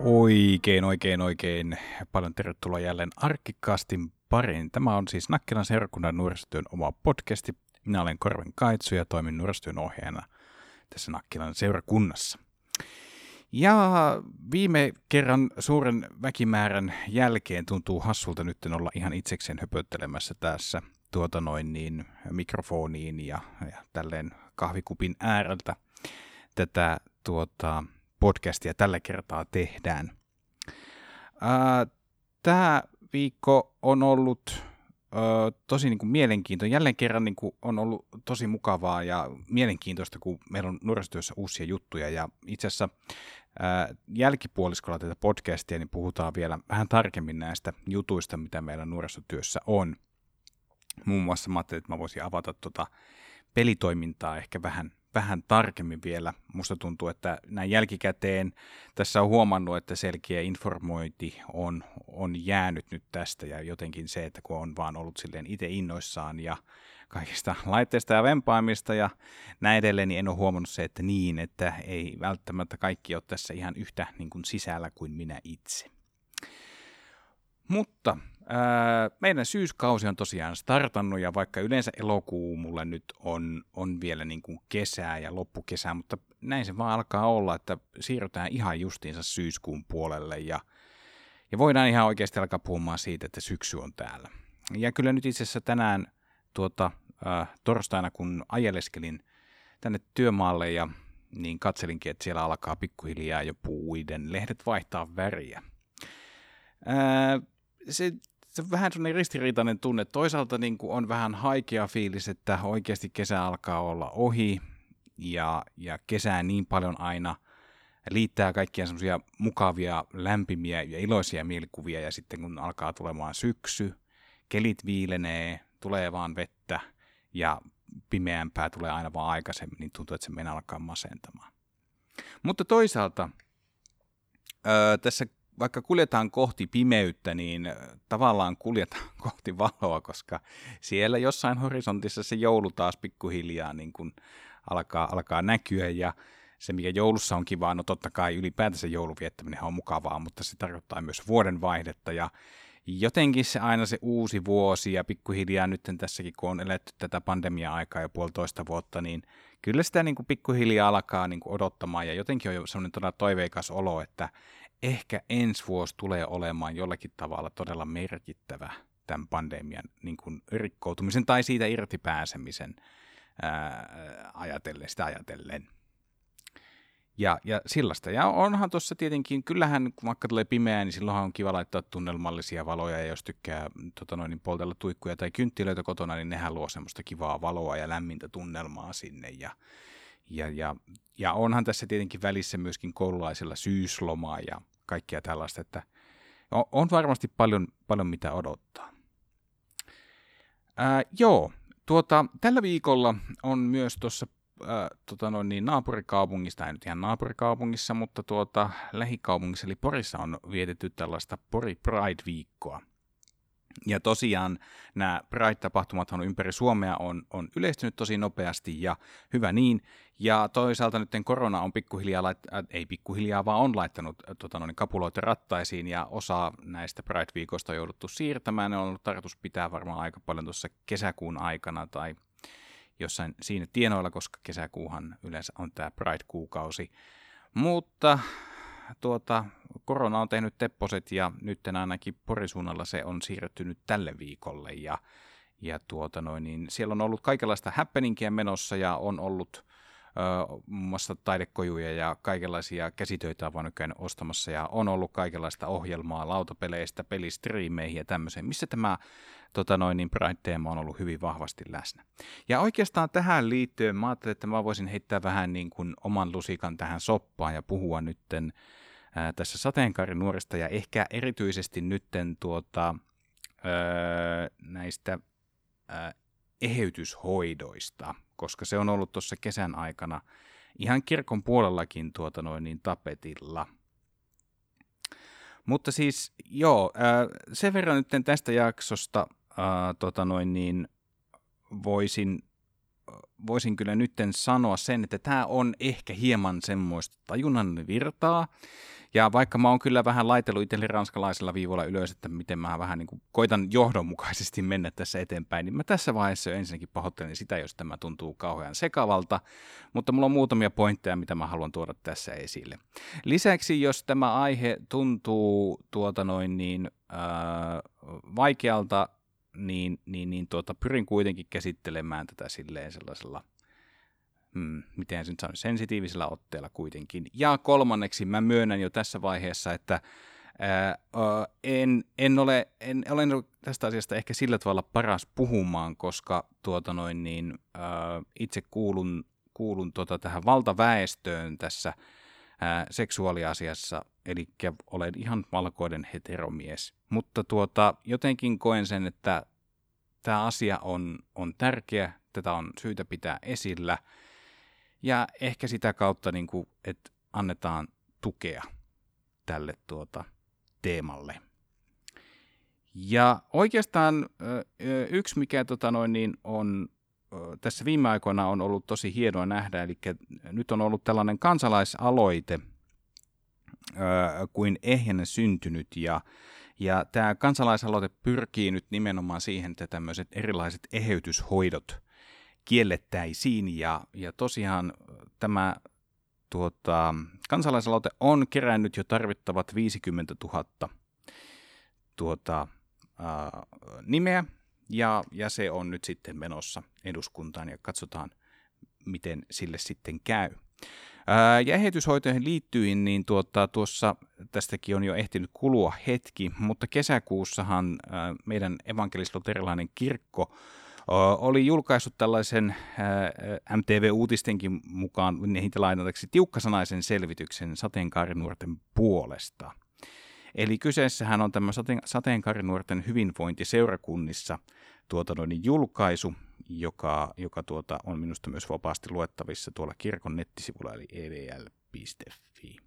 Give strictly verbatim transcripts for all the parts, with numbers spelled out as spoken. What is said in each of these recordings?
Oikein, oikein, oikein paljon tervetuloa jälleen Arkkikastin pariin. Tämä on siis Nakkilan seurakunnan nuorisotyön oma podcasti. Minä olen Korven Kaitsu ja toimin nuorisotyön ohjaajana tässä Nakkilan seurakunnassa. Ja viime kerran suuren väkimäärän jälkeen tuntuu hassulta nyt olla ihan itsekseen höpöttelemässä tässä tuota noin niin mikrofoniin ja, ja tälleen kahvikupin ääreltä tätä tuota podcastia tällä kertaa tehdään. Tämä viikko on ollut ää, tosi niin kuin mielenkiintoinen. Jälleen kerran niin kuin on ollut tosi mukavaa ja mielenkiintoista, kun meillä on nuorisotyössä uusia juttuja. Ja itse asiassa ää, jälkipuoliskolla tätä podcastia niin puhutaan vielä vähän tarkemmin näistä jutuista, mitä meillä nuorisotyössä on. Muun muassa mä ajattelin, että mä voisin avata tuota pelitoimintaa ehkä vähän vähän tarkemmin vielä. Musta tuntuu, että näin jälkikäteen tässä on huomannut, että selkeä informointi on, on jäänyt nyt tästä ja jotenkin se, että kun on vaan ollut silleen itse innoissaan ja kaikista laitteista ja vempaimista ja näin edelleen, niin en ole huomannut se, että niin, että ei välttämättä kaikki ole tässä ihan yhtä niin kuin sisällä kuin minä itse. Mutta ää, meidän syyskausi on tosiaan startannut ja vaikka yleensä elokuu mulle nyt on, on vielä niin kuin kesää ja loppukesää, mutta näin se vaan alkaa olla, että siirrytään ihan justiinsa syyskuun puolelle ja, ja voidaan ihan oikeasti alkaa puhumaan siitä, että syksy on täällä. Ja kyllä nyt itse asiassa tänään tuota, ää, torstaina, kun ajeleskelin tänne työmaalle ja niin katselinkin, että siellä alkaa pikkuhiljaa jo puiden lehdet vaihtaa väriä. Ää, se, se on vähän sellainen ristiriitainen tunne. Toisaalta niin kuin on vähän haikea fiilis, että oikeasti kesä alkaa olla ohi ja, ja kesään niin paljon aina liittää kaikkia semmoisia mukavia, lämpimiä ja iloisia mielikuvia ja sitten kun alkaa tulemaan syksy, kelit viilenee, tulee vaan vettä ja pimeämpää tulee aina vaan aikaisemmin, niin tuntuu, että se mennä alkaa masentamaan. Mutta toisaalta öö, tässä vaikka kuljetaan kohti pimeyttä, niin tavallaan kuljetaan kohti valoa, koska siellä jossain horisontissa se joulu taas pikkuhiljaa niin kuin alkaa, alkaa näkyä. Ja se, mikä joulussa on kivaa, no totta kai ylipäätänsä joulun viettäminen on mukavaa, mutta se tarkoittaa myös vuodenvaihdetta. Ja jotenkin se aina se uusi vuosi ja pikkuhiljaa nyt tässäkin, kun on eletty tätä pandemia-aikaa jo puolitoista vuotta, niin kyllä sitä niin kuin pikkuhiljaa alkaa niin kuin odottamaan. Ja jotenkin on jo sellainen todella toiveikas olo, että ehkä ensi vuosi tulee olemaan jollakin tavalla todella merkittävä tämän pandemian niin kuin rikkoutumisen tai siitä irti pääsemisen ää, ajatellen, sitä ajatellen. Ja, ja sellaista. Ja onhan tuossa tietenkin, kyllähän kun vaikka tulee pimeää, niin silloinhan on kiva laittaa tunnelmallisia valoja, ja jos tykkää tota noin, poltella tuikkuja tai kynttilöitä kotona, niin nehän luo semmoista kivaa valoa ja lämmintä tunnelmaa sinne. Ja, ja, ja, ja onhan tässä tietenkin välissä myöskin koululaisilla syyslomaa ja kaikkia tällaista, että on varmasti paljon, paljon mitä odottaa. Ää, joo, tuota, tällä viikolla on myös tuossa ää, tota noin, niin naapurikaupungissa, ei nyt ihan naapurikaupungissa, mutta tuota, lähikaupungissa eli Porissa on vietetty tällaista Pori Pride-viikkoa. Ja tosiaan nämä Pride-tapahtumathan ympäri Suomea on, on yleistynyt tosi nopeasti ja hyvä niin. Ja toisaalta nyt korona on pikkuhiljaa, lait- äh, ei pikkuhiljaa, vaan on laittanut äh, tota noin, kapuloita rattaisiin ja osa näistä Pride-viikoista on jouduttu siirtämään. Ne on ollut tarkoitus pitää varmaan aika paljon tuossa kesäkuun aikana tai jossain siinä tienoilla, koska kesäkuuhan yleensä on tämä Pride-kuukausi. Mutta tuota, korona on tehnyt tepposet ja nyt ainakin Porisuunnalla se on siirretty nyt tälle viikolle ja, ja tuota noin, niin siellä on ollut kaikenlaista happeningia menossa ja on ollut ö, muun muassa taidekojuja ja kaikenlaisia käsitöitä on voinut käydä ostamassa ja on ollut kaikenlaista ohjelmaa lautapeleistä, pelistriimeihin ja tämmöiseen, missä tämä tota noin, niin Pride-teema on ollut hyvin vahvasti läsnä. Ja oikeastaan tähän liittyen mä ajattelin, että mä voisin heittää vähän niin kuin oman lusikan tähän soppaan ja puhua nytten ää, tässä sateenkaarinuorista ja ehkä erityisesti nytten tuota, ää, näistä ää, eheytyshoidoista, koska se on ollut tuossa kesän aikana ihan kirkon puolellakin tuota noin niin tapetilla. Mutta siis joo, ää, sen verran nyt tästä jaksosta ää, tota noin niin, voisin voisin kyllä nytten sanoa sen, että tämä on ehkä hieman semmoista tajunnan virtaa. Ja vaikka mä oon kyllä vähän laitellut itselle ranskalaisella viivalla ylös, että miten mä vähän niin kuin koitan johdonmukaisesti mennä tässä eteenpäin, niin mä tässä vaiheessa jo ensinnäkin pahoittelen sitä, jos tämä tuntuu kauhean sekavalta, mutta mulla on muutamia pointteja, mitä mä haluan tuoda tässä esille. Lisäksi, jos tämä aihe tuntuu tuota noin niin ää, vaikealta, niin, niin, niin tuota, pyrin kuitenkin käsittelemään tätä silleen sellaisella Hmm, miten se nyt sanoo, sensitiivisellä otteella kuitenkin. Ja kolmanneksi mä myönnän jo tässä vaiheessa, että ää, en, en, ole, en ole tästä asiasta ehkä sillä tavalla paras puhumaan, koska tuota noin, niin, ää, itse kuulun, kuulun tuota tähän valtaväestöön tässä ää, seksuaaliasiassa, eli olen ihan valkoinen heteromies. Mutta tuota, jotenkin koen sen, että tämä asia on, on tärkeä, tätä on syytä pitää esillä. Ja ehkä sitä kautta, niin kuin, että annetaan tukea tälle tuota, teemalle. Ja oikeastaan yksi, mikä tota noin, niin on, tässä viime aikoina on ollut tosi hienoa nähdä, eli nyt on ollut tällainen kansalaisaloite kuin ehjänä syntynyt, ja, ja tämä kansalaisaloite pyrkii nyt nimenomaan siihen, että tämmöiset erilaiset eheytyshoidot kiellettäisiin, ja, ja tosiaan tämä tuota, kansalaisaloite on kerännyt jo tarvittavat viisikymmentätuhatta tuota, ää, nimeä, ja, ja se on nyt sitten menossa eduskuntaan, ja katsotaan, miten sille sitten käy. Ää, ja eheytyshoitoihin liittyen, niin tuota, tuossa tästäkin on jo ehtinyt kulua hetki, mutta kesäkuussahan ää, meidän evankelis-luterilainen kirkko oli julkaissut tällaisen M T V-uutistenkin mukaan niitä lainataksi tiukkasanaisen selvityksen sateenkaarinuorten puolesta. Eli kyseessähän on tämä sateenkaarinuorten hyvinvointiseurakunnissa tuota noin julkaisu, joka, joka tuota on minusta myös vapaasti luettavissa tuolla kirkon nettisivulla, eli e v l piste f i.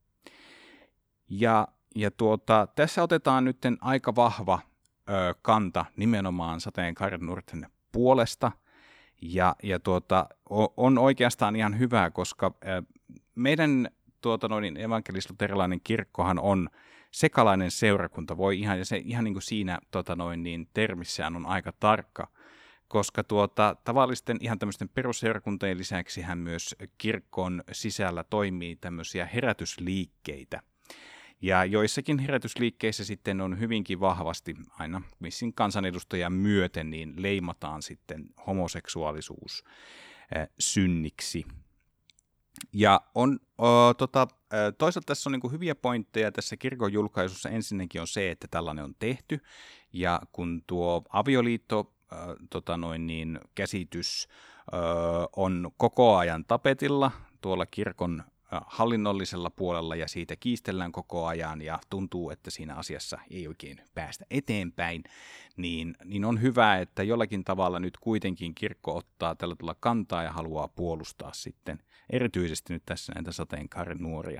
Ja, ja tuota, tässä otetaan nyt aika vahva ö, kanta nimenomaan sateenkaarinuorten puolesta, ja, ja tuota, on oikeastaan ihan hyvä, koska meidän tuota, noin, evankelis-luterilainen kirkkohan on sekalainen seurakunta, voi ihan, ja se ihan niin kuin siinä tuota, noin, niin termissään on aika tarkka, koska tuota, tavallisten ihan tämmöisten perusseurakuntien lisäksi hän myös kirkon sisällä toimii tämmöisiä herätysliikkeitä. Ja joissakin herätysliikkeissä sitten on hyvinkin vahvasti aina missin kansanedustajan myöten niin leimataan sitten homoseksuaalisuus äh, synniksi. Ja on, o, tota, äh, toisaalta tässä on niin kuin hyviä pointteja tässä kirkon julkaisussa. Ensinnäkin on se, että tällainen on tehty, ja kun tuo avioliitto äh, tota noin niin, käsitys äh, on koko ajan tapetilla tuolla kirkon hallinnollisella puolella, ja siitä kiistellään koko ajan ja tuntuu, että siinä asiassa ei oikein päästä eteenpäin, niin, niin on hyvä, että jollakin tavalla nyt kuitenkin kirkko ottaa tällä tavalla kantaa ja haluaa puolustaa sitten erityisesti nyt tässä näitä sateenkaaren nuoria.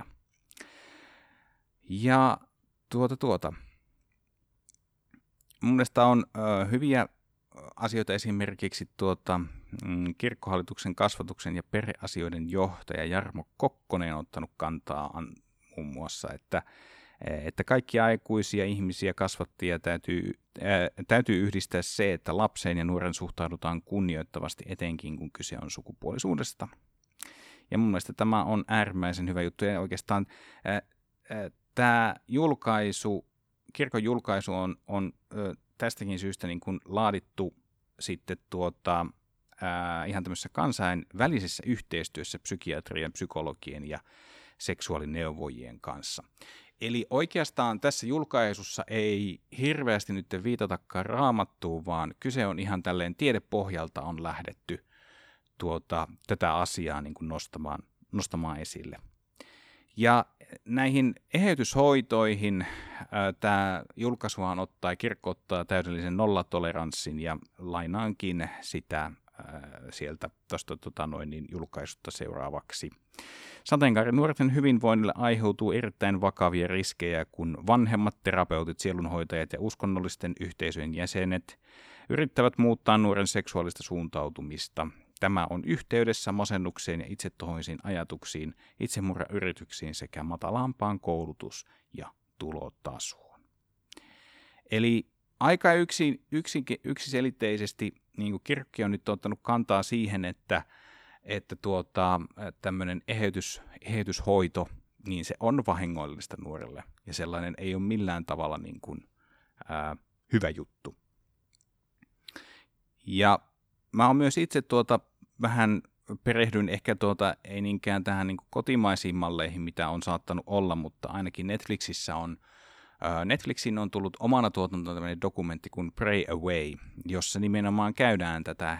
Ja tuota tuota. Mun mielestä on ö, hyviä asioita esimerkiksi tuota, mm, kirkkohallituksen kasvatuksen ja perheasioiden johtaja Jarmo Kokkonen on ottanut kantaa an, muun muassa, että, että kaikkia aikuisia ihmisiä kasvattajia täytyy, ää, täytyy yhdistää se, että lapseen ja nuoren suhtaudutaan kunnioittavasti etenkin, kun kyse on sukupuolisuudesta. Ja mun mielestä tämä on äärimmäisen hyvä juttu, ja oikeastaan ää, ää, tämä julkaisu, kirkon julkaisu on, on ää, tästäkin syystä niin kuin laadittu sitten tuota, ää, ihan tämmöisessä kansainvälisessä yhteistyössä psykiatrian, psykologien ja seksuaalineuvojien kanssa. Eli oikeastaan tässä julkaisussa ei hirveästi nyt viitatakaan Raamattuun, vaan kyse on ihan tälleen tiedepohjalta on lähdetty tuota, tätä asiaa niin kuin nostamaan, nostamaan esille. Ja näihin eheytyshoitoihin tämä julkaisuhan ottaa, kirkko ottaa täydellisen nollatoleranssin, ja lainaankin sitä ää, sieltä tuosta tota, noin, niin julkaisusta seuraavaksi. Sateenkaaren nuorten hyvinvoinnille aiheutuu erittäin vakavia riskejä, kun vanhemmat terapeutit, sielunhoitajat ja uskonnollisten yhteisöjen jäsenet yrittävät muuttaa nuoren seksuaalista suuntautumista. Tämä on yhteydessä masennukseen ja itsetuhoisiin ajatuksiin, itsemurhayrityksiin sekä matalampaan koulutus- ja tulotasoon. Eli aika yksin, yksin, yksiselitteisesti niin kuin kirkki on nyt ottanut kantaa siihen, että, että tuota, tämmöinen eheytys, eheytyshoito, niin se on vahingollista nuorille ja sellainen ei ole millään tavalla niin kuin, ää, hyvä juttu. Ja mä oon myös itse tuota vähän perehdyin ehkä tuota, ei niinkään tähän niin kuin kotimaisiin malleihin, mitä on saattanut olla, mutta ainakin Netflixissä on, ää, Netflixiin on tullut omana tuotantona tämmöinen dokumentti kuin Pray Away, jossa nimenomaan käydään tätä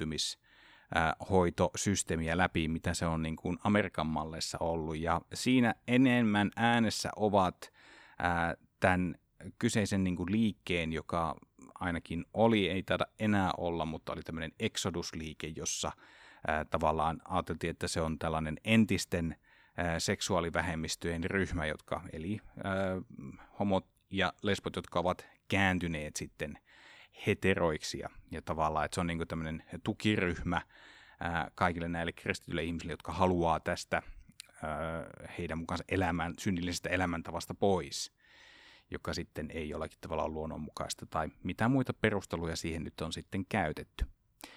eheytymishoitosysteemiä läpi, mitä se on niin kuin Amerikan malleissa ollut, ja siinä enemmän äänessä ovat ää, tämän kyseisen niin kuin liikkeen, joka ainakin oli, ei taida enää olla, mutta oli tämmöinen Exodus-liike, jossa ää, tavallaan ajateltiin, että se on tällainen entisten ää, seksuaalivähemmistöjen ryhmä, jotka, eli ää, homot ja lesbot, jotka ovat kääntyneet sitten heteroiksi, ja, ja tavallaan, että se on niin kuin tämmöinen tukiryhmä ää, kaikille näille kristityille ihmisille, jotka haluaa tästä ää, heidän mukaansa elämän, synnillisestä elämäntavasta pois, joka sitten ei jollakin tavalla ole luonnonmukaista, tai mitä muita perusteluja siihen nyt on sitten käytetty.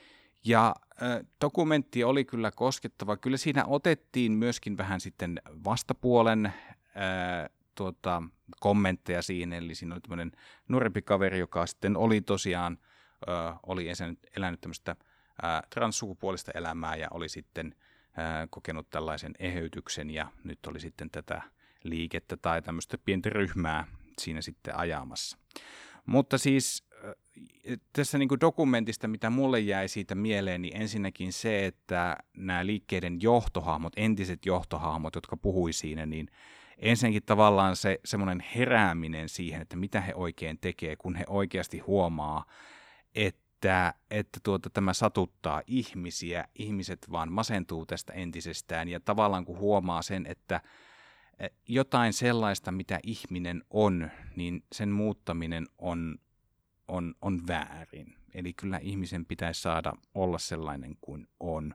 Ja äh, dokumentti oli kyllä koskettava. Kyllä siinä otettiin myöskin vähän sitten vastapuolen äh, tuota, kommentteja siihen, eli siinä oli tämmöinen nuorempi kaveri, joka sitten oli tosiaan, äh, oli elänyt, elänyt tämmöistä äh, transsukupuolista elämää, ja oli sitten äh, kokenut tällaisen eheytyksen, ja nyt oli sitten tätä liikettä tai tämmöistä pientä ryhmää siinä sitten ajamassa. Mutta siis tässä niin kuin dokumentista, mitä mulle jäi siitä mieleen, niin ensinnäkin se, että nämä liikkeiden johtohahmot, entiset johtohahmot, jotka puhui siinä, niin ensinnäkin tavallaan se semmoinen herääminen siihen, että mitä he oikein tekee, kun he oikeasti huomaa, että, että tuota, tämä satuttaa ihmisiä, ihmiset vaan masentuu tästä entisestään, ja tavallaan kun huomaa sen, että jotain sellaista, mitä ihminen on, niin sen muuttaminen on, on, on väärin. Eli kyllä ihmisen pitäisi saada olla sellainen kuin on.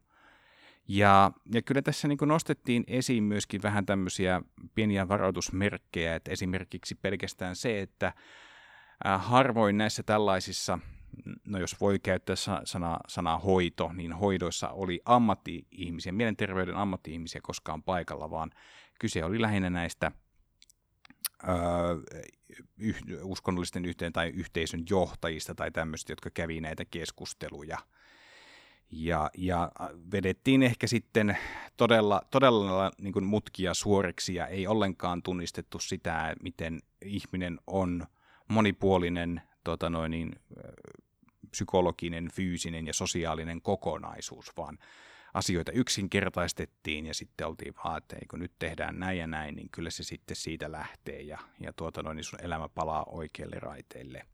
Ja, ja kyllä tässä niin kuin nostettiin esiin myöskin vähän tämmöisiä pieniä varoitusmerkkejä, että esimerkiksi pelkästään se, että harvoin näissä tällaisissa, no jos voi käyttää sanaa, sanaa hoito, niin hoidoissa oli ammatti-ihmisiä, mielenterveyden ammatti-ihmisiä koskaan paikalla, vaan kyse oli lähinnä näistä öö, yh, uskonnollisten yhteen tai yhteisön johtajista tai tämmöistä, jotka kävi näitä keskusteluja. Ja, ja vedettiin ehkä sitten todella, todella niin kuin mutkia suoriksi ja ei ollenkaan tunnistettu sitä, miten ihminen on monipuolinen tota noin, niin, psykologinen, fyysinen ja sosiaalinen kokonaisuus, vaan asioita yksinkertaistettiin ja sitten oltiin vaan, että kun nyt tehdään näin ja näin, niin kyllä se sitten siitä lähtee ja, ja tuota noin, niin sun elämä palaa oikeille raiteille.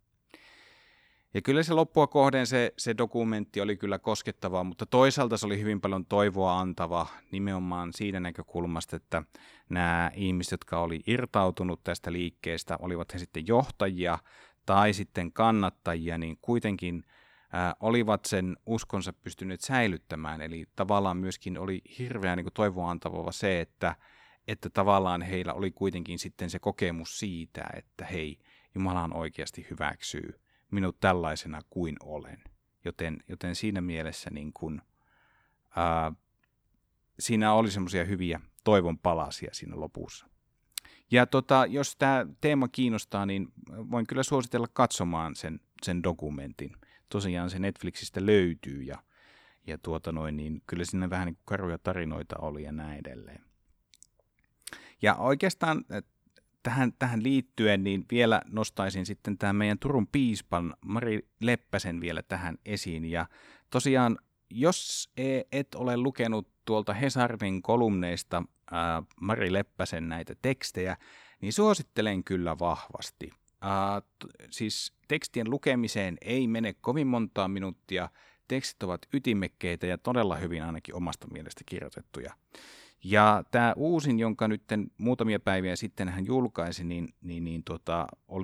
Ja kyllä se loppua kohden se, se dokumentti oli kyllä koskettava, mutta toisaalta se oli hyvin paljon toivoa antava nimenomaan siitä näkökulmasta, että nämä ihmiset, jotka oli irtautunut tästä liikkeestä, olivat he sitten johtajia tai sitten kannattajia, niin kuitenkin ää, olivat sen uskonsa pystyneet säilyttämään. Eli tavallaan myöskin oli hirveän niin kuin toivoa antava se, että, että tavallaan heillä oli kuitenkin sitten se kokemus siitä, että hei, Jumalahan oikeasti hyväksyy minut tällaisena kuin olen. Joten, joten siinä mielessä niin kun, ää, siinä oli semmoisia hyviä toivon palasia siinä lopussa. Ja tota, jos tämä teema kiinnostaa, niin voin kyllä suositella katsomaan sen, sen dokumentin. Tosiaan se Netflixistä löytyy ja, ja tuota noin, niin kyllä siinä vähän niin kuin karuja tarinoita oli ja näin edelleen. Ja oikeastaan Tähän, tähän liittyen niin vielä nostaisin sitten tämän meidän Turun piispan Mari Leppäsen vielä tähän esiin. Ja tosiaan, jos et ole lukenut tuolta Hesarin kolumneista ää, Mari Leppäsen näitä tekstejä, niin suosittelen kyllä vahvasti. Ää, t- siis tekstien lukemiseen ei mene kovin montaa minuuttia. Tekstit ovat ytimekkeitä ja todella hyvin ainakin omasta mielestä kirjoitettuja. Ja tämä uusin, jonka nyt muutamia päiviä sitten hän julkaisi, niin, niin, niin tota, oli,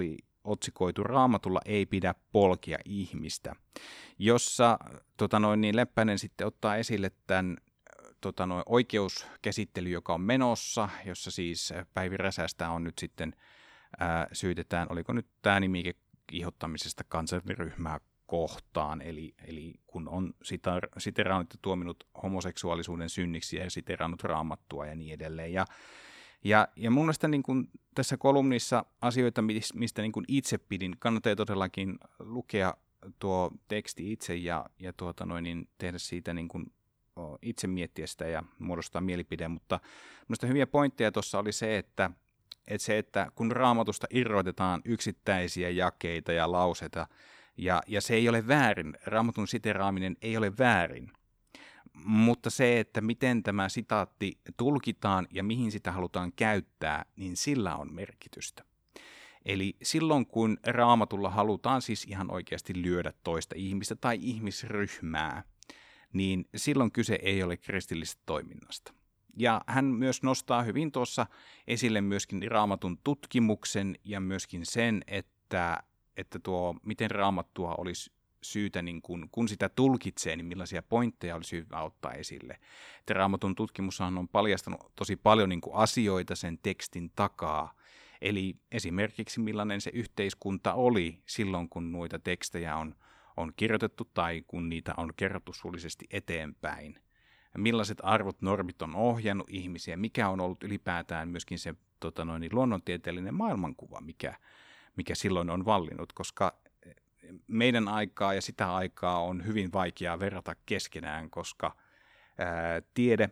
otsikoitu Raamatulla ei pidä polkia ihmistä, jossa tota noin, niin Leppänen sitten ottaa esille tämän tota noin, oikeuskäsittely, joka on menossa, jossa siis Päivi Räsästä on nyt sitten ää, syytetään, oliko nyt tämä nimike kiihottamisesta kansanryhmää kohtaan, eli, eli kun on siterannut ja tuominut homoseksuaalisuuden synniksi ja siterannut Raamattua ja niin edelleen. Ja, ja, ja mun mielestä niin kun tässä kolumnissa asioita, mistä niin kun itse pidin, kannattaa todellakin lukea tuo teksti itse ja, ja tuota noin, niin tehdä siitä niin kun itse miettiä sitä ja muodostaa mielipide, mutta minusta hyviä pointteja tuossa oli se, että, että se, että kun Raamatusta irrotetaan yksittäisiä jakeita ja lauseita, ja, ja se ei ole väärin, Raamatun siteraaminen ei ole väärin, mutta se, että miten tämä sitaatti tulkitaan ja mihin sitä halutaan käyttää, niin sillä on merkitystä. Eli silloin, kun Raamatulla halutaan siis ihan oikeasti lyödä toista ihmistä tai ihmisryhmää, niin silloin kyse ei ole kristillisestä toiminnasta. Ja hän myös nostaa hyvin tuossa esille myöskin Raamatun tutkimuksen ja myöskin sen, että, että tuo, miten Raamattua olisi syytä, niin kun, kun sitä tulkitsee, niin millaisia pointteja olisi hyvä ottaa esille. Että Raamatun tutkimushan on paljastanut tosi paljon niin kuin asioita sen tekstin takaa. Eli esimerkiksi millainen se yhteiskunta oli silloin, kun noita tekstejä on on kirjoitettu tai kun niitä on kerrottu suullisesti eteenpäin. Millaiset arvot, normit on ohjannut ihmisiä, mikä on ollut ylipäätään myöskin se tota noin, luonnontieteellinen maailmankuva, mikä, mikä silloin on vallinnut, koska meidän aikaa ja sitä aikaa on hyvin vaikeaa verrata keskenään, koska ää, tiede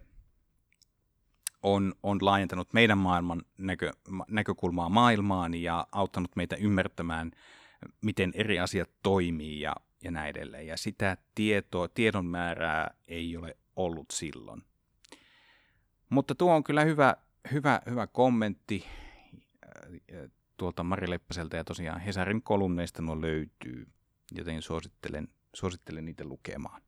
on, on laajentanut meidän maailman näkö, näkökulmaa maailmaan ja auttanut meitä ymmärtämään, miten eri asiat toimii ja, ja näin edelleen. Ja sitä tietoa, tiedon määrää ei ole ollut silloin. Mutta tuo on kyllä hyvä, hyvä, hyvä kommentti tuolta Mari Leppäseltä ja tosiaan Hesarin kolumneista nuo löytyy, joten suosittelen, suosittelen niitä lukemaan.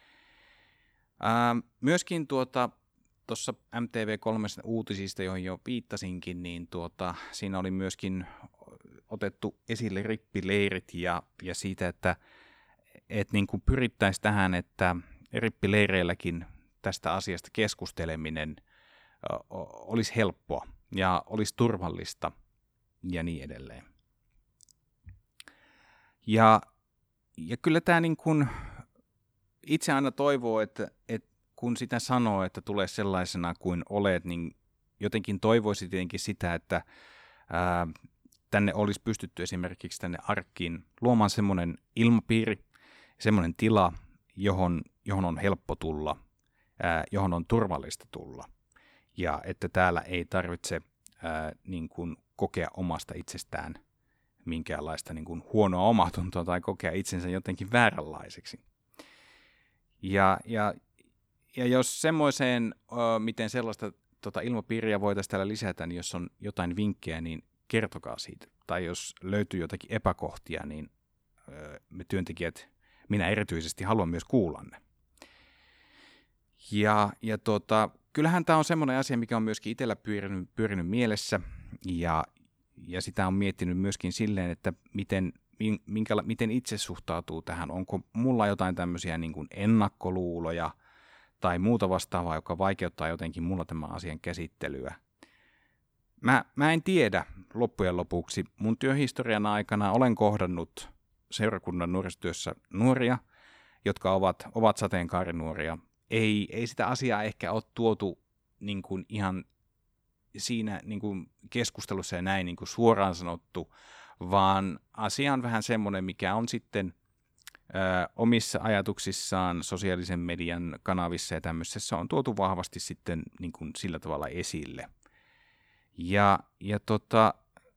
Ää, myöskin tuota tuossa M T V kolme uutisista, joihin jo viittasinkin, niin tuota, siinä oli myöskin otettu esille rippileirit ja, ja siitä, että et niin kuin pyrittäisiin tähän, että rippileireilläkin tästä asiasta keskusteleminen ö, olisi helppoa ja olisi turvallista ja niin edelleen. Ja, ja kyllä tämä niin kuin, itse aina toivoo, että, että kun sitä sanoo, että tulee sellaisena kuin olet, niin jotenkin toivoisi tietenkin sitä, että ää, tänne olisi pystytty esimerkiksi tänne arkkiin luomaan semmoinen ilmapiiri, semmoinen tila, johon, johon on helppo tulla, ää, johon on turvallista tulla. Ja että täällä ei tarvitse ää, niin kuin kokea omasta itsestään minkäänlaista niin kuin huonoa omatuntoa tai kokea itsensä jotenkin vääränlaiseksi. Ja, ja, ja jos semmoiseen, ö, miten sellaista tota, ilmapiiriä voitaisiin täällä lisätä, niin jos on jotain vinkkejä, niin kertokaa siitä. Tai jos löytyy jotakin epäkohtia, niin ö, me työntekijät, minä erityisesti haluan myös kuulla ne. Ja, ja tota, kyllähän tämä on semmoinen asia, mikä on myöskin itsellä pyörinyt, pyörinyt mielessä, ja, ja sitä on miettinyt myöskin silleen, että miten, minkä, miten itse suhtautuu tähän. Onko mulla jotain tämmöisiä niin kuin ennakkoluuloja tai muuta vastaavaa, joka vaikeuttaa jotenkin mulla tämän asian käsittelyä. Mä, mä en tiedä loppujen lopuksi. Mun työhistorian aikana olen kohdannut seurakunnan nuorisotyössä nuoria, jotka ovat, ovat sateenkaarinuoria. Ei, ei sitä asiaa ehkä ole tuotu niin kuin ihan siinä niin kuin keskustelussa ja näin niin kuin suoraan sanottu, vaan asia on vähän semmoinen, mikä on sitten ö, omissa ajatuksissaan sosiaalisen median kanavissa ja tämmöisessä on tuotu vahvasti sitten niin kuin sillä tavalla esille. Ja, ja tota,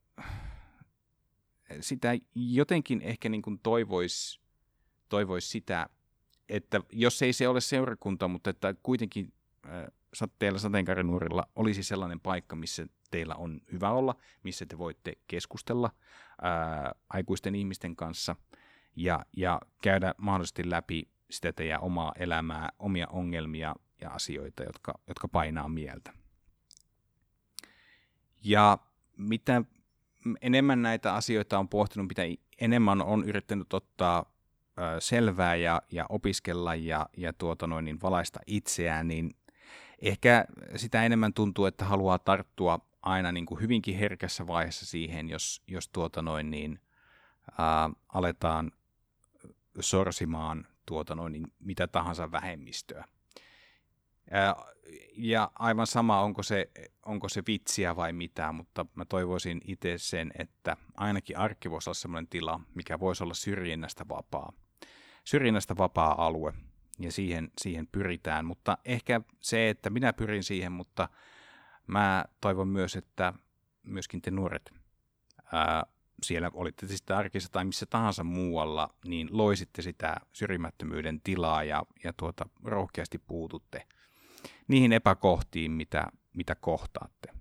sitä jotenkin ehkä niin kuin toivoisi toivois sitä, että jos ei se ole seurakunta, mutta että kuitenkin äh, teillä sateenkaarinuorilla olisi sellainen paikka, missä teillä on hyvä olla, missä te voitte keskustella ää, aikuisten ihmisten kanssa ja, ja käydä mahdollisesti läpi sitä teidän omaa elämää, omia ongelmia ja asioita, jotka, jotka painaa mieltä. Ja mitä enemmän näitä asioita on pohtinut, mitä enemmän on yrittänyt ottaa ö, selvää ja, ja opiskella ja, ja tuota noin, niin valaista itseään, niin ehkä sitä enemmän tuntuu, että haluaa tarttua aina niin kuin hyvinkin herkässä vaiheessa siihen, jos, jos tuota noin, niin, ää, aletaan sorsimaan tuota noin, niin mitä tahansa vähemmistöä. Ää, ja aivan sama, onko se, onko se vitsiä vai mitä, mutta mä toivoisin itse sen, että ainakin arkki voisi olla sellainen tila, mikä voisi olla syrjinnästä vapaa. Syrjinnästä vapaa alue, ja siihen, siihen pyritään. Mutta ehkä se, että minä pyrin siihen, mutta mä toivon myös, että myöskin te nuoret, ää, siellä olitte sitten arkissa tai missä tahansa muualla, niin loisitte sitä syrjimättömyyden tilaa ja, ja tuota, rohkeasti puututte niihin epäkohtiin, mitä, mitä kohtaatte.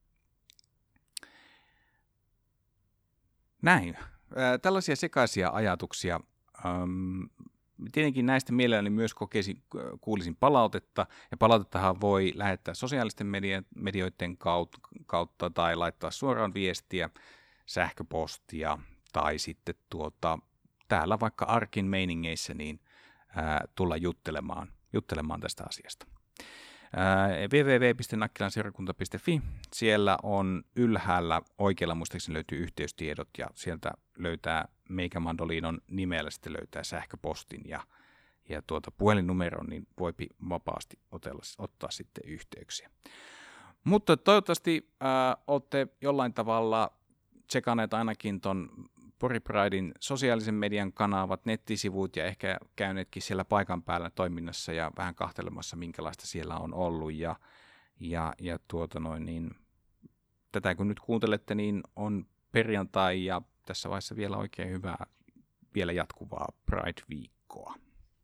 Näin. Ää, tällaisia sekaisia ajatuksia. Äm, tietenkin näistä mielelläni myös kokeisin, kuulisin palautetta, ja palautettahan voi lähettää sosiaalisten medioiden kautta tai laittaa suoraan viestiä, sähköpostia tai sitten tuota, täällä vaikka arkin meiningeissä niin ää, tulla juttelemaan, juttelemaan tästä asiasta. double-u double-u double-u piste nakkilanseurakunta piste fi. Siellä on ylhäällä oikealla muistaakseni löytyy yhteystiedot ja sieltä löytää Meikä Mandolinon nimellä sitten löytää sähköpostin ja, ja tuota puhelinnumeron, niin voipi vapaasti otella, ottaa sitten yhteyksiä. Mutta toivottavasti äh, olette jollain tavalla tsekanneet ainakin ton Pori Pridein sosiaalisen median kanavat, nettisivut ja ehkä käyneetkin siellä paikan päällä toiminnassa ja vähän kahtelemassa, minkälaista siellä on ollut. Ja, ja, ja tuota noin, niin, tätä kun nyt kuuntelette, niin on perjantai ja tässä vaiheessa vielä oikein hyvää, vielä jatkuvaa Pride-viikkoa.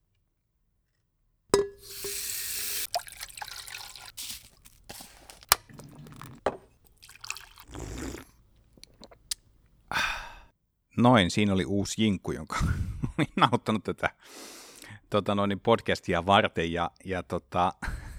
Noin, siinä oli uusi jinkku, jonka olin nauttanut tätä tota noin, podcastia varten. Ja, ja tota,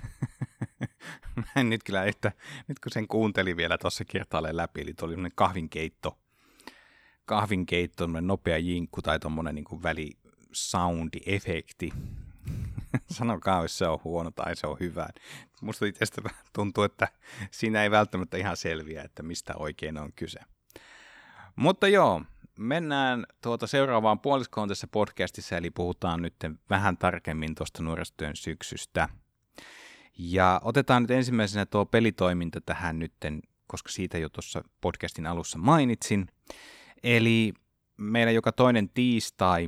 mä en nyt kyllä, että nyt kun sen kuuntelin vielä tuossa kertaalleen läpi, eli tuo oli semmoinen kahvinkeitto, kahvinkeitto, nopea jinkku tai tuommoinen niin kuin välisoundi-efekti. Sanokaa, jos se on huono tai se on hyvä. Musta itsestä tuntuu, että siinä ei välttämättä ihan selviä, että mistä oikein on kyse. Mutta joo, mennään tuota seuraavaan puoliskoon tässä podcastissa, eli puhutaan nyt vähän tarkemmin tuosta nuorisotyön syksystä. Ja otetaan nyt ensimmäisenä tuo pelitoiminta tähän nytten, koska siitä jo tuossa podcastin alussa mainitsin. Eli meillä joka toinen tiistai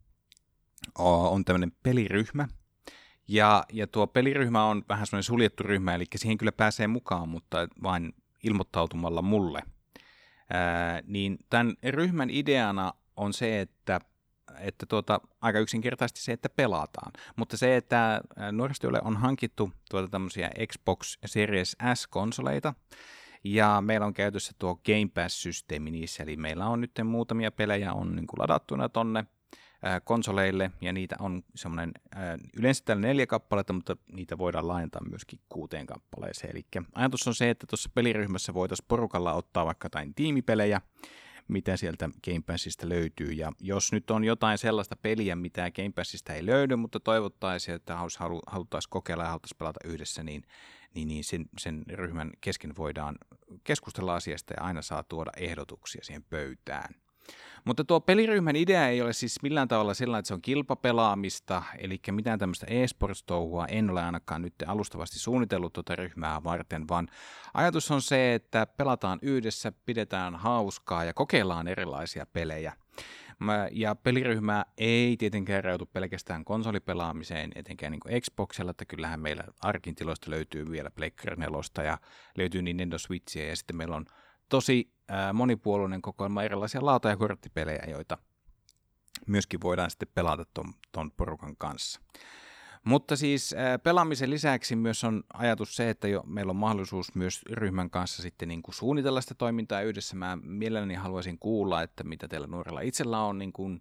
on tämmöinen peliryhmä. Ja, ja tuo peliryhmä on vähän semmoinen suljettu ryhmä, eli siihen kyllä pääsee mukaan, mutta vain ilmoittautumalla mulle. Ää, niin tämän ryhmän ideana on se, että, että tuota, aika yksinkertaisesti se, että pelataan. Mutta se, että nuorisotyölle on hankittu tuota tämmöisiä Xbox Series S-konsoleita, ja meillä on käytössä tuo Game Pass-systeemi niissä, eli meillä on nyt muutamia pelejä on niin kuin ladattuna tonne ää, konsoleille, ja niitä on semmoinen, ää, yleensä täällä neljä kappaletta, mutta niitä voidaan laajentaa myöskin kuuteen kappaleeseen. Eli ajatus on se, että tuossa peliryhmässä voitaisiin porukalla ottaa vaikka jotain tiimipelejä, mitä sieltä Game Passista löytyy, ja jos nyt on jotain sellaista peliä, mitä Game Passista ei löydy, mutta toivottaisiin, että haluttaisiin kokeilla ja haluttaisiin pelata yhdessä, niin niin, niin sen, sen ryhmän kesken voidaan keskustella asiasta ja aina saa tuoda ehdotuksia siihen pöytään. Mutta tuo peliryhmän idea ei ole siis millään tavalla sellainen, että se on kilpapelaamista, eli mitään tämmöistä e-sports-touhua en ole ainakaan nyt alustavasti suunnitellut tuota ryhmää varten, vaan ajatus on se, että pelataan yhdessä, pidetään hauskaa ja kokeillaan erilaisia pelejä. Ja peliryhmä ei tietenkään rajautu pelkästään konsolipelaamiseen, etenkään niin kuin Xboxilla, että kyllähän meillä arkin tiloista löytyy vielä Pleikkari nelosta ja löytyy Nintendo Switchia ja sitten meillä on tosi ää, monipuolinen kokoelma erilaisia lauta- ja korttipelejä, joita myöskin voidaan sitten pelata ton, ton porukan kanssa. Mutta siis ää, pelaamisen lisäksi myös on ajatus se, että jo meillä on mahdollisuus myös ryhmän kanssa sitten niin kuin suunnitella sitä toimintaa yhdessä. Mä mielelläni haluaisin kuulla, että mitä teillä nuorilla itsellä on niin kuin,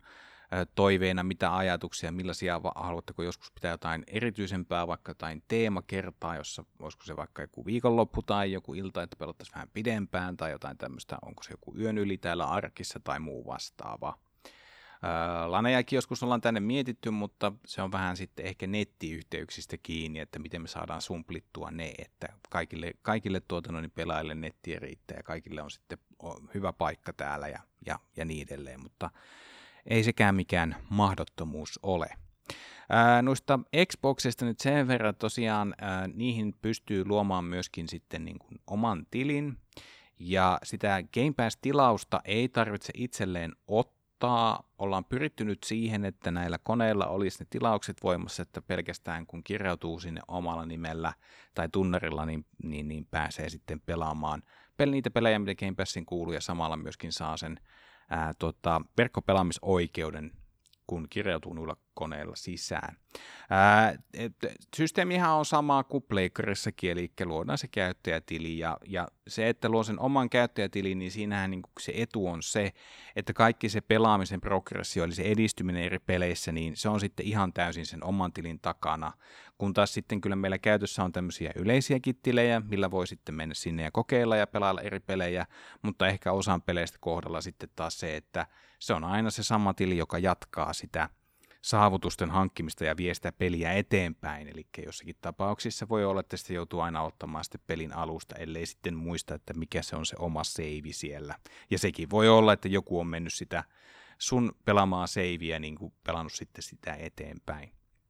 toiveina, mitä ajatuksia, millaisia, haluatteko joskus pitää jotain erityisempää, vaikka jotain teemakertaa, jossa olisiko se vaikka joku viikonloppu tai joku ilta, että pelattaisiin vähän pidempään, tai jotain tämmöistä, onko se joku yön yli täällä arkissa tai muu vastaava. Lanejakin joskus ollaan tänne mietitty, mutta se on vähän sitten ehkä nettiyhteyksistä kiinni, että miten me saadaan sumplittua ne, että kaikille, kaikille tuota noin pelaajille nettiä riittää ja kaikille on sitten hyvä paikka täällä ja, ja, ja niin edelleen, mutta ei sekään mikään mahdottomuus ole. Ää, noista Xboxista nyt sen verran tosiaan ää, niihin pystyy luomaan myöskin sitten niin kuin oman tilin ja sitä Game Pass-tilausta ei tarvitse itselleen ottaa. Ollaan pyritty nyt siihen, että näillä koneilla olisi ne tilaukset voimassa, että pelkästään kun kirjautuu sinne omalla nimellä tai tunnarilla, niin, niin, niin pääsee sitten pelaamaan pel- niitä pelejä, mitä Game Passin kuuluu, ja samalla myöskin saa sen ää, tota, verkkopelaamisoikeuden, kun kirjautuu noilla koneilla sisään. Ää, et, systeemihän on sama kuin Pleikkarissakin, eli luodaan se käyttäjätili, ja, ja se, että luo sen oman käyttäjätilin, niin siinähän niin se etu on se, että kaikki se pelaamisen progressio, eli se edistyminen eri peleissä, niin se on sitten ihan täysin sen oman tilin takana, kun taas sitten kyllä meillä käytössä on tämmöisiä yleisiäkin tilejä, millä voi sitten mennä sinne ja kokeilla ja pelailla eri pelejä, mutta ehkä osan peleistä kohdalla sitten taas se, että se on aina se sama tili, joka jatkaa sitä saavutusten hankkimista ja vie sitä peliä eteenpäin, eli jossakin tapauksissa voi olla, että sitä joutuu aina ottamaan sitten pelin alusta, ellei sitten muista, että mikä se on se oma save siellä. Ja sekin voi olla, että joku on mennyt sitä sun pelaamaa savea, niin kuin pelannut sitten sitä eteenpäin.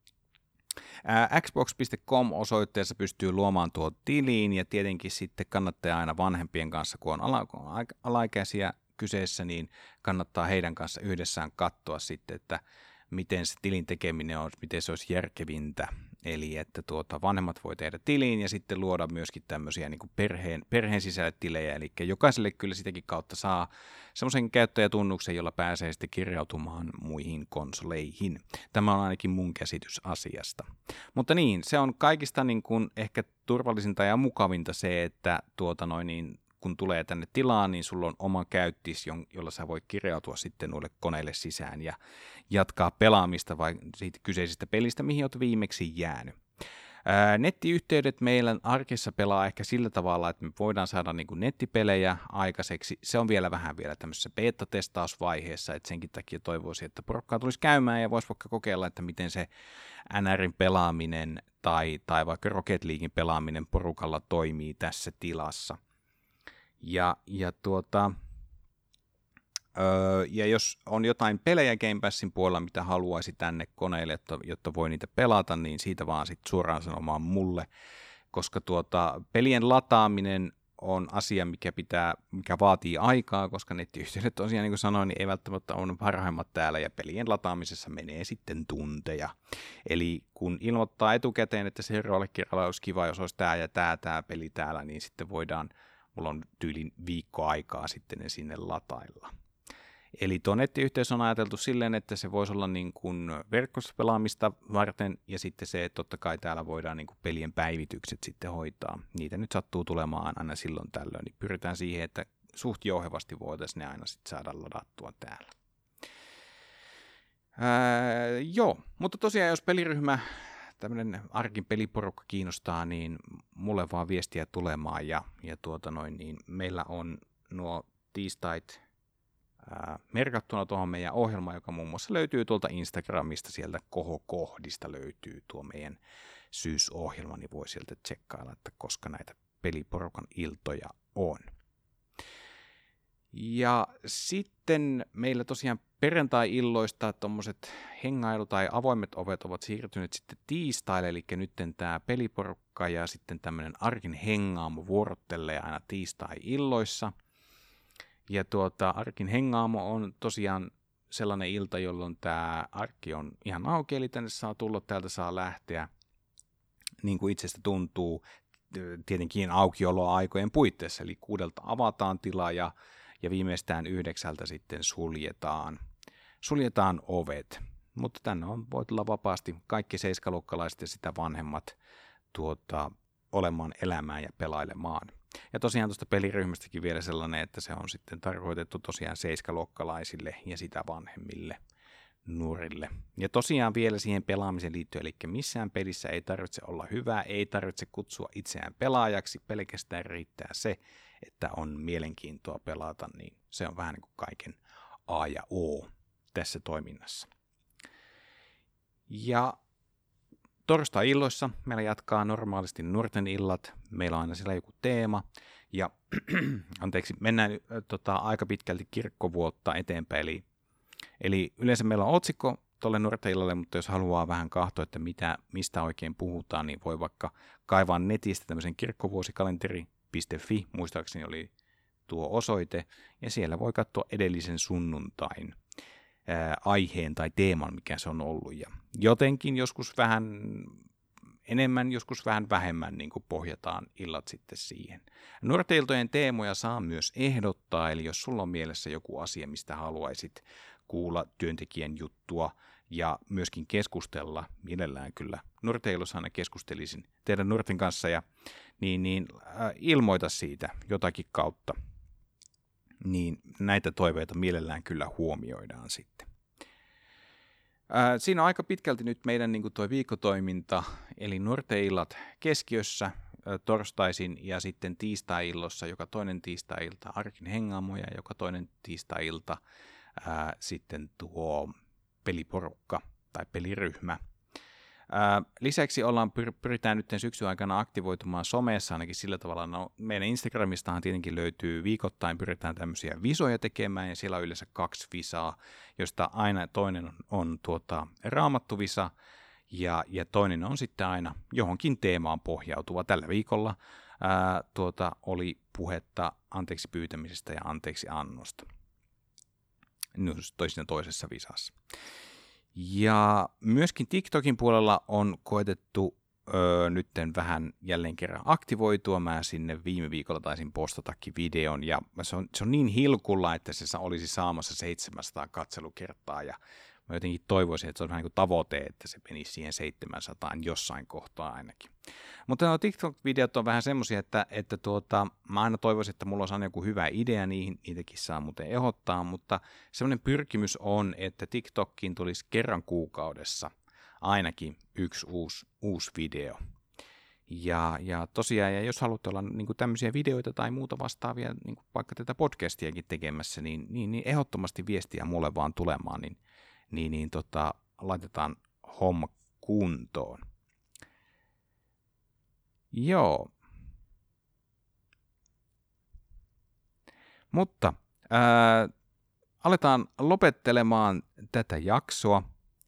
Ää, xbox piste com osoitteessa pystyy luomaan tuo tiliin, ja tietenkin sitten kannattaa aina vanhempien kanssa, kun on ala- alaikäisiä kyseessä, niin kannattaa heidän kanssa yhdessään katsoa sitten, että miten se tilin tekeminen on, miten se olisi järkevintä. Eli että tuota, vanhemmat voi tehdä tiliin ja sitten luoda myöskin tämmöisiä niin kuin perheen, perheen sisälle tilejä. Eli jokaiselle kyllä sitäkin kautta saa semmoisen käyttäjätunnuksen, jolla pääsee sitten kirjautumaan muihin konsoleihin. Tämä on ainakin mun käsitys asiasta. Mutta niin, se on kaikista niin kuin ehkä turvallisinta ja mukavinta se, että tuota noin niin, kun tulee tänne tilaan, niin sulla on oma käyttis, jolla sä voit kirjautua sitten noille koneille sisään ja jatkaa pelaamista vai siitä kyseisestä pelistä, mihin olet viimeksi jäänyt. Ää, nettiyhteydet meillä arkissa pelaa ehkä sillä tavalla, että me voidaan saada niin kuin nettipelejä aikaiseksi. Se on vielä vähän vielä tämmöisessä beta-testausvaiheessa, että senkin takia toivoisin, että porukkaa tulisi käymään ja voisi vaikka kokeilla, että miten se N R:n pelaaminen tai, tai vaikka Rocket Leaguein pelaaminen porukalla toimii tässä tilassa. Ja, ja, tuota, öö, ja jos on jotain pelejä Game Passin puolella, mitä haluaisi tänne koneelle, jotta, jotta voi niitä pelata, niin siitä vaan sit suoraan sanomaan mulle, koska tuota, pelien lataaminen on asia, mikä, pitää, mikä vaatii aikaa, koska nettiyhteydet tosiaan, niin kuin sanoin, niin ei välttämättä ole parhaimmat täällä, ja pelien lataamisessa menee sitten tunteja. Eli kun ilmoittaa etukäteen, että seuraavalle kerralla olisi kiva, jos olisi tämä ja tämä, tämä peli täällä, niin sitten voidaan mulla on tyylin viikko aikaa sitten ne sinne latailla. Eli tuo nettiyhteys on ajateltu silleen, että se voisi olla niin kuin verkossa pelaamista varten, ja sitten se, että totta kai täällä voidaan niin kuin pelien päivitykset sitten hoitaa. Niitä nyt sattuu tulemaan aina silloin tällöin, niin pyritään siihen, että suht jouhevasti voitaisiin ne aina sitten saada ladattua täällä. Ää, joo, mutta tosiaan jos peliryhmä, tämmöinen arkin peliporukka kiinnostaa, niin mulle vaan viestiä tulemaan, ja, ja tuota noin, niin meillä on nuo tiistait ää, merkattuna tuohon meidän ohjelmaan, joka muun muassa löytyy tuolta Instagramista, sieltä kohokohdista löytyy tuo meidän syysohjelma, niin voi sieltä tsekkailla, että koska näitä peliporukan iltoja on. Ja sitten meillä tosiaan perjantai-illoista tuommoiset hengailu- tai avoimet ovet ovat siirtyneet sitten tiistaille, eli nyt tämä peliporukka ja sitten tämmöinen arkin hengaamo vuorottelee aina tiistai-illoissa. Ja tuota, arkin hengaamo on tosiaan sellainen ilta, jolloin tämä arkki on ihan auki, eli tänne saa tulla, täältä saa lähteä, niin kuin itsestä tuntuu, tietenkin aukioloaikojen puitteissa, eli kuudelta avataan tila ja ja viimeistään yhdeksältä sitten suljetaan, suljetaan ovet. Mutta tänne on, voi tulla vapaasti kaikki seiskaluokkalaiset ja sitä vanhemmat tuota, olemaan elämään ja pelailemaan. Ja tosiaan tuosta peliryhmästäkin vielä sellainen, että se on sitten tarkoitettu tosiaan seiskaluokkalaisille ja sitä vanhemmille nuorille. Ja tosiaan vielä siihen pelaamiseen liittyen, eli missään pelissä ei tarvitse olla hyvä, ei tarvitse kutsua itseään pelaajaksi, pelkästään riittää se, että on mielenkiintoa pelata, niin se on vähän niin kuin kaiken A ja O tässä toiminnassa. Ja torstai-illoissa meillä jatkaa normaalisti nuorten illat, meillä on aina siellä joku teema, ja anteeksi, mennään äh, tota, aika pitkälti kirkkovuotta eteenpäin, eli, eli yleensä meillä on otsikko tuolle nuorten illalle, mutta jos haluaa vähän katsoa, että mitä, mistä oikein puhutaan, niin voi vaikka kaivaa netistä tämmöisen kirkkovuosikalenteri piste fi, muistaakseni oli tuo osoite, ja siellä voi katsoa edellisen sunnuntain ää, aiheen tai teeman, mikä se on ollut, ja jotenkin joskus vähän enemmän, joskus vähän vähemmän niin kuin pohjataan illat sitten siihen. Nuorten iltojen teemoja saa myös ehdottaa, eli jos sulla on mielessä joku asia, mistä haluaisit kuulla työntekijän juttua ja myöskin keskustella, mielellään kyllä nuorten illoissa aina keskustelisin teidän nuorten kanssa, ja niin, niin äh, ilmoita siitä jotakin kautta, niin näitä toiveita mielellään kyllä huomioidaan sitten. Ää, siinä on aika pitkälti nyt meidän niin kuin tuo viikkotoiminta, eli nuorten illat keskiössä ää, torstaisin ja sitten tiistai-illossa, joka toinen tiistai-ilta arkin hengaamoja, joka toinen tiistai-ilta ää, sitten tuo peliporukka tai peliryhmä. Ää, lisäksi ollaan pyr- pyritään nyt syksyn aikana aktivoitumaan somessa ainakin sillä tavalla, no meidän Instagramistahan tietenkin löytyy viikoittain, pyritään tämmöisiä visoja tekemään, ja siellä on yleensä kaksi visaa, josta aina toinen on, on tuota, raamattuvisa, ja, ja toinen on sitten aina johonkin teemaan pohjautuva. Tällä viikolla ää, tuota, oli puhetta anteeksi pyytämisestä ja anteeksi annosta, no, toisessa toisessa visassa. Ja myöskin TikTokin puolella on koetettu öö, nytten vähän jälleen kerran aktivoitua. Mä sinne viime viikolla taisin postatakin videon, ja se on, se on niin hilkulla, että se olisi saamassa seitsemänsataa katselukertaa, ja mä jotenkin toivoisin, että se on vähän niin kuin tavoite, että se menisi siihen seitsemänsataan jossain kohtaa ainakin. Mutta nuo TikTok-videot on vähän semmoisia, että, että tuota, mä aina toivoisin, että mulla olisi aina joku hyvä idea niihin, niitäkin saa muuten ehdottaa, mutta semmoinen pyrkimys on, että TikTokkiin tulisi kerran kuukaudessa ainakin yksi uusi, uusi video. Ja, ja tosiaan, ja jos haluatte olla niin kuin tämmöisiä videoita tai muuta vastaavia, niin kuin vaikka tätä podcastiakin tekemässä, niin, niin, niin ehdottomasti viestiä mulle vaan tulemaan, niin niin, niin tota, laitetaan homma kuntoon. Joo. Mutta ää, aletaan lopettelemaan tätä jaksoa,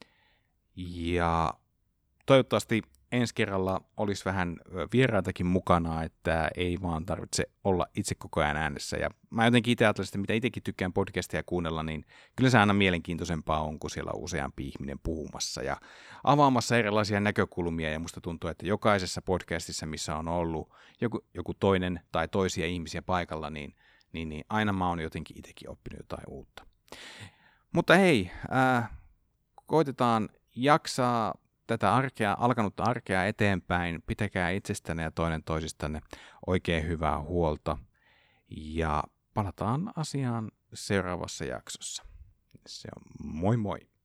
ja toivottavasti ensi kerralla olisi vähän vieraitakin mukana, että ei vaan tarvitse olla itse koko ajan äänessä. Ja mä jotenkin itse ajattelen, että mitä itsekin tykkään podcastia kuunnella, niin kyllä se aina mielenkiintoisempaa on, kun siellä on useampi ihminen puhumassa ja avaamassa erilaisia näkökulmia. Ja musta tuntuu, että jokaisessa podcastissa, missä on ollut joku, joku toinen tai toisia ihmisiä paikalla, niin, niin, niin aina mä oon jotenkin itsekin oppinut jotain uutta. Mutta hei, ää, koitetaan jaksaa tätä arkea, alkanutta arkea eteenpäin, pitäkää itsestänne ja toinen toisistanne oikein hyvää huolta, ja palataan asiaan seuraavassa jaksossa. Se on moi moi!